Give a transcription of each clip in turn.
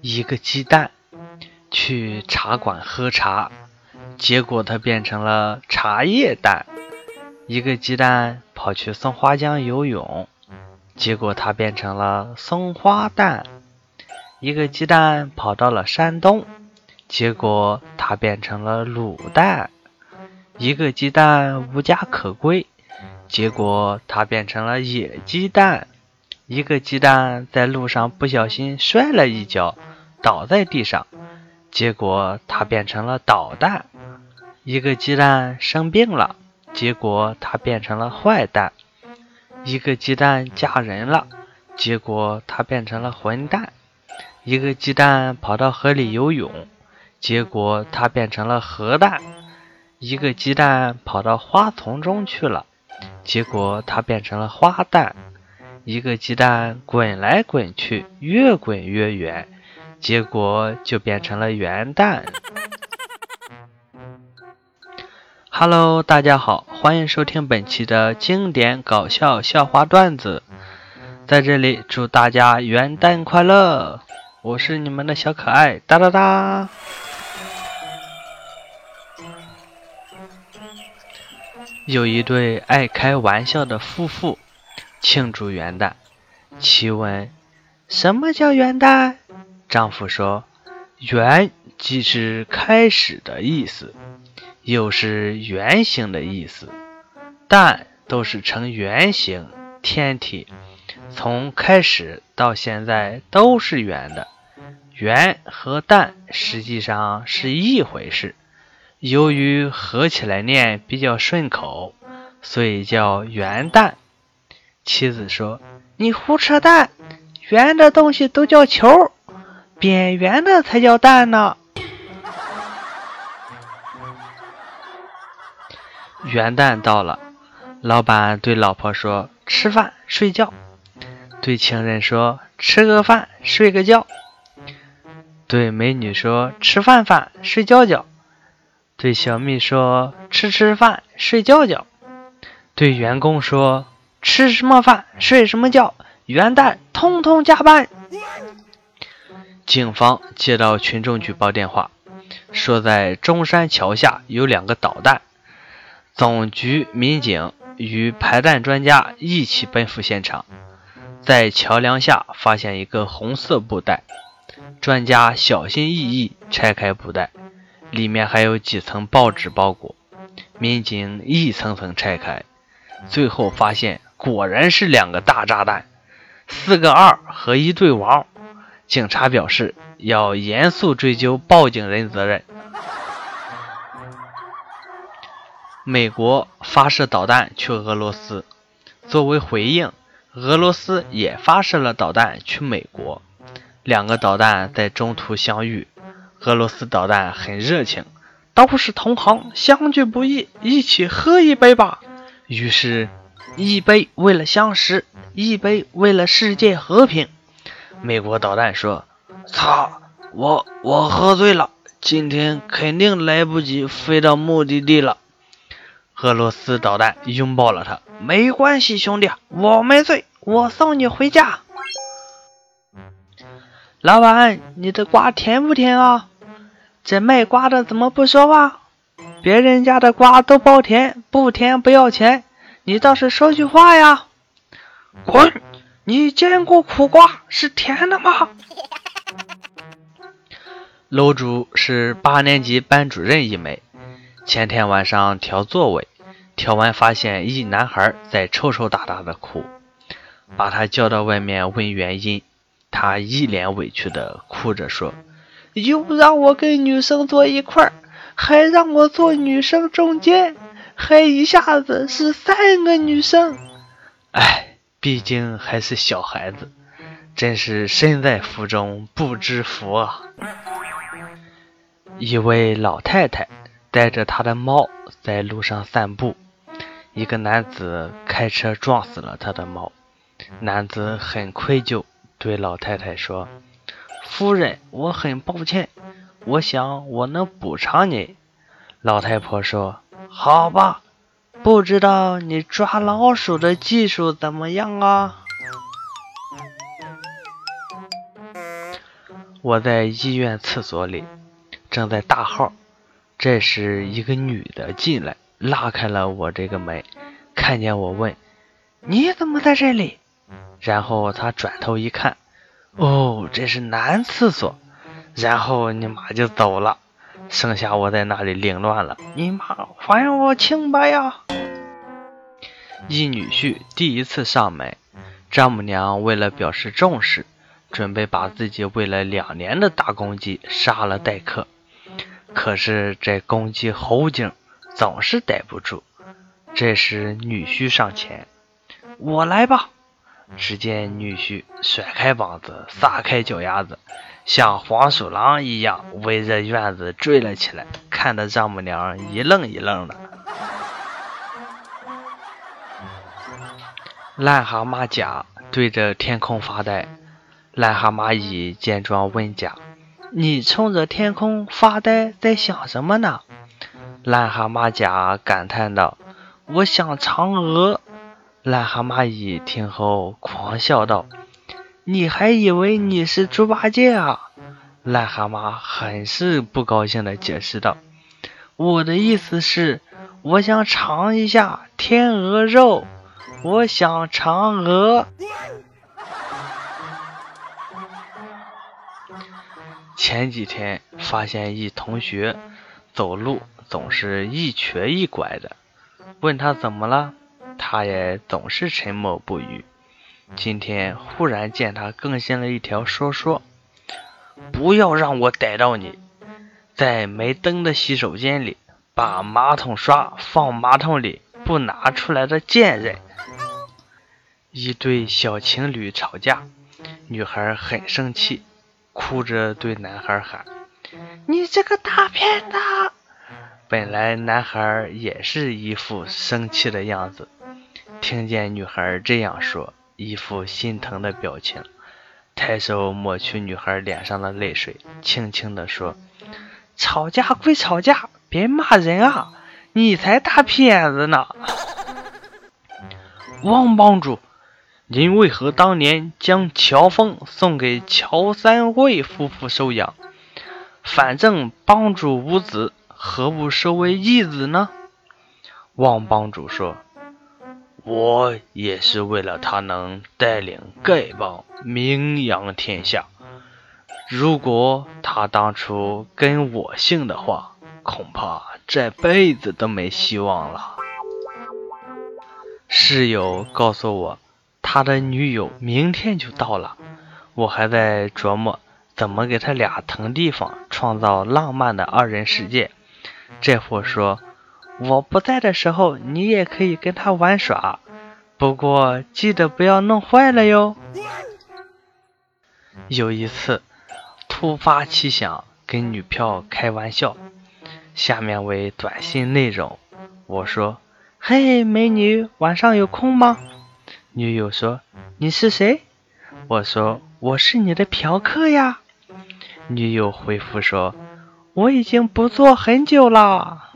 一个鸡蛋去茶馆喝茶，结果它变成了茶叶蛋。一个鸡蛋跑去松花江游泳，结果它变成了松花蛋。一个鸡蛋跑到了山东，结果它变成了卤蛋。一个鸡蛋无家可归，结果它变成了野鸡蛋。一个鸡蛋在路上不小心摔了一跤，倒在地上，结果它变成了捣蛋。一个鸡蛋生病了，结果它变成了坏蛋。一个鸡蛋嫁人了，结果它变成了混蛋。一个鸡蛋跑到河里游泳，结果它变成了河蛋。一个鸡蛋跑到花丛中去了，结果它变成了花蛋。一个鸡蛋滚来滚去，越滚越远，结果就变成了圆蛋。Hello， 大家好，欢迎收听本期的经典搞笑笑话段子。在这里祝大家元旦快乐，我是你们的小可爱哒哒哒。有一对爱开玩笑的夫妇庆祝元旦，妻问：什么叫元旦？丈夫说：元既是开始的意思，又是圆形的意思，蛋都是呈圆形天体，从开始到现在都是圆的。圆和蛋实际上是一回事，由于合起来念比较顺口，所以叫圆蛋。妻子说：你胡扯淡，圆的东西都叫球，边缘的才叫蛋呢。元旦到了，老板对老婆说：吃饭睡觉。对情人说：吃个饭睡个觉。对美女说：吃饭饭睡觉觉。对小蜜说：吃饭睡觉觉。对员工说：吃什么饭睡什么觉，元旦通通加班。警方接到群众举报电话，说在中山桥下有2个捣蛋。总局民警与排弹专家一起奔赴现场，在桥梁下发现一个红色布袋，专家小心翼翼拆开布袋，里面还有几层报纸包裹，民警一层层拆开，最后发现果然是2个大炸弹，4个2和1对王。警察表示要严肃追究报警人责任。美国发射导弹去俄罗斯，作为回应，俄罗斯也发射了导弹去美国。2个导弹在中途相遇，俄罗斯导弹很热情，都是同行，相聚不易，一起喝一杯吧。于是一杯为了相识，一杯为了世界和平。美国导弹说：操，我喝醉了，今天肯定来不及飞到目的地了。俄罗斯导弹拥抱了他：没关系兄弟，我没醉，我送你回家。老板，你的瓜甜不甜啊？这卖瓜的怎么不说话？别人家的瓜都包甜，不甜不要钱，你倒是说句话呀。滚，你见过苦瓜是甜的吗？楼主是8年级班主任一枚，前天晚上调座位，调完发现一男孩在抽抽搭搭的哭，把他叫到外面问原因。他一脸委屈的哭着说：又让我跟女生坐一块儿，还让我坐女生中间，还一下子是3个女生。哎，毕竟还是小孩子，真是身在福中不知福啊。一位老太太带着她的猫在路上散步，一个男子开车撞死了他的猫。男子很愧疚，对老太太说：夫人，我很抱歉，我想我能补偿你。老太婆说：好吧，不知道你抓老鼠的技术怎么样啊？ 我在医院厕所里正在大号，这时一个女的进来，拉开了我这个门，看见我问：你怎么在这里？然后她转头一看，哦，这是男厕所，然后你妈就走了，剩下我在那里凌乱了。你妈还我清白呀！一女婿第一次上门，丈母娘为了表示重视，准备把自己喂了2年的大公鸡杀了待客。可是这公鸡猴精总是逮不住。这时女婿上前：我来吧。只见女婿甩开膀子，撒开脚丫子，像黄鼠狼一样围着院子追了起来，看得丈母娘一愣一愣的。癞蛤蟆甲对着天空发呆，癞蛤蟆乙见状问甲：你冲着天空发呆在想什么呢？癞蛤蟆甲感叹道：我想嫦娥。癞蛤蟆乙听后狂笑道：你还以为你是猪八戒啊？癞蛤蟆很是不高兴地解释道：我的意思是，我想尝一下天鹅肉，我想嫦娥。前几天发现一同学走路总是一瘸一拐的，问他怎么了，他也总是沉默不语。今天忽然见他更新了一条说说：不要让我逮到你在没灯的洗手间里把马桶刷放马桶里不拿出来的贱人。一对小情侣吵架，女孩很生气，哭着对男孩喊：你这个大骗子！本来男孩也是一副生气的样子，听见女孩这样说，一副心疼的表情，抬手抹去女孩脸上的泪水，轻轻地说：吵架归吵架，别骂人啊，你才大骗子呢！王帮主，您为何当年将乔峰送给乔三惠夫妇收养？反正帮主无子，何不收为义子呢？王帮主说：我也是为了他能带领丐帮名扬天下，如果他当初跟我姓的话，恐怕这辈子都没希望了。室友告诉我，他的女友明天就到了，我还在琢磨怎么给他俩腾地方，创造浪漫的2人世界。这货说：我不在的时候，你也可以跟他玩耍，不过记得不要弄坏了哟。有一次突发奇想跟女票开玩笑，下面为短信内容，我说：嘿，美女，晚上有空吗？女友说：你是谁？我说：我是你的嫖客呀。女友回复说：我已经不做很久了。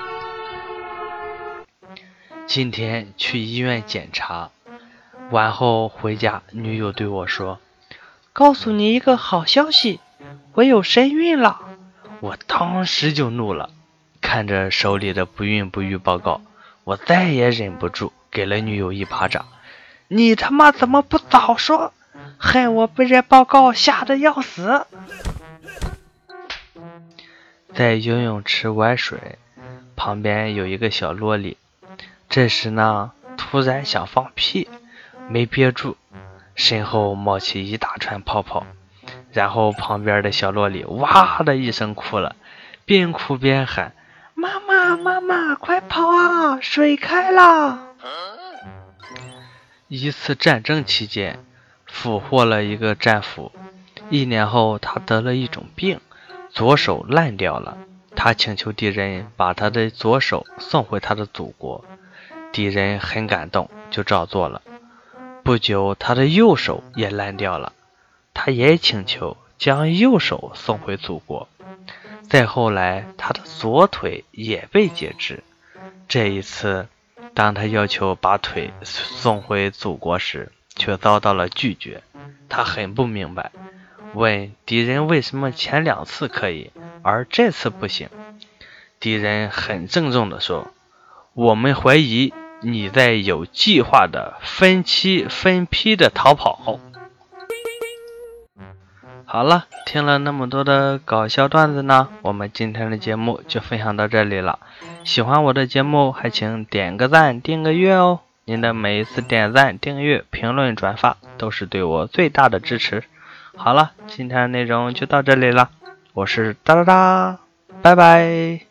今天去医院检查完后回家，女友对我说：告诉你一个好消息，我有身孕了。我当时就怒了，看着手里的不孕不育报告，我再也忍不住给了女友一巴掌。你他妈怎么不早说，害我被这报告吓得要死。在游泳池玩水，旁边有一个小萝莉，这时呢突然想放屁，没憋住，身后冒起一大串泡泡，然后旁边的小萝莉哇的一声哭了，边哭边喊：妈妈妈妈快跑啊，水开了。一次战争期间俘获了一个战俘，1年后他得了一种病，左手烂掉了，他请求敌人把他的左手送回他的祖国，敌人很感动，就照做了。不久他的右手也烂掉了，他也请求将右手送回祖国。再后来他的左腿也被截肢，这一次当他要求把腿送回祖国时，却遭到了拒绝。他很不明白， 问敌人为什么前2次可以，而这次不行。敌人很郑重地说，我们怀疑你在有计划的分期分批的逃跑。好了，听了那么多的搞笑段子呢，我们今天的节目就分享到这里了。喜欢我的节目还请点个赞订个阅哦，您的每一次点赞订阅评论转发都是对我最大的支持。好了，今天的内容就到这里了，我是哒哒哒，拜拜。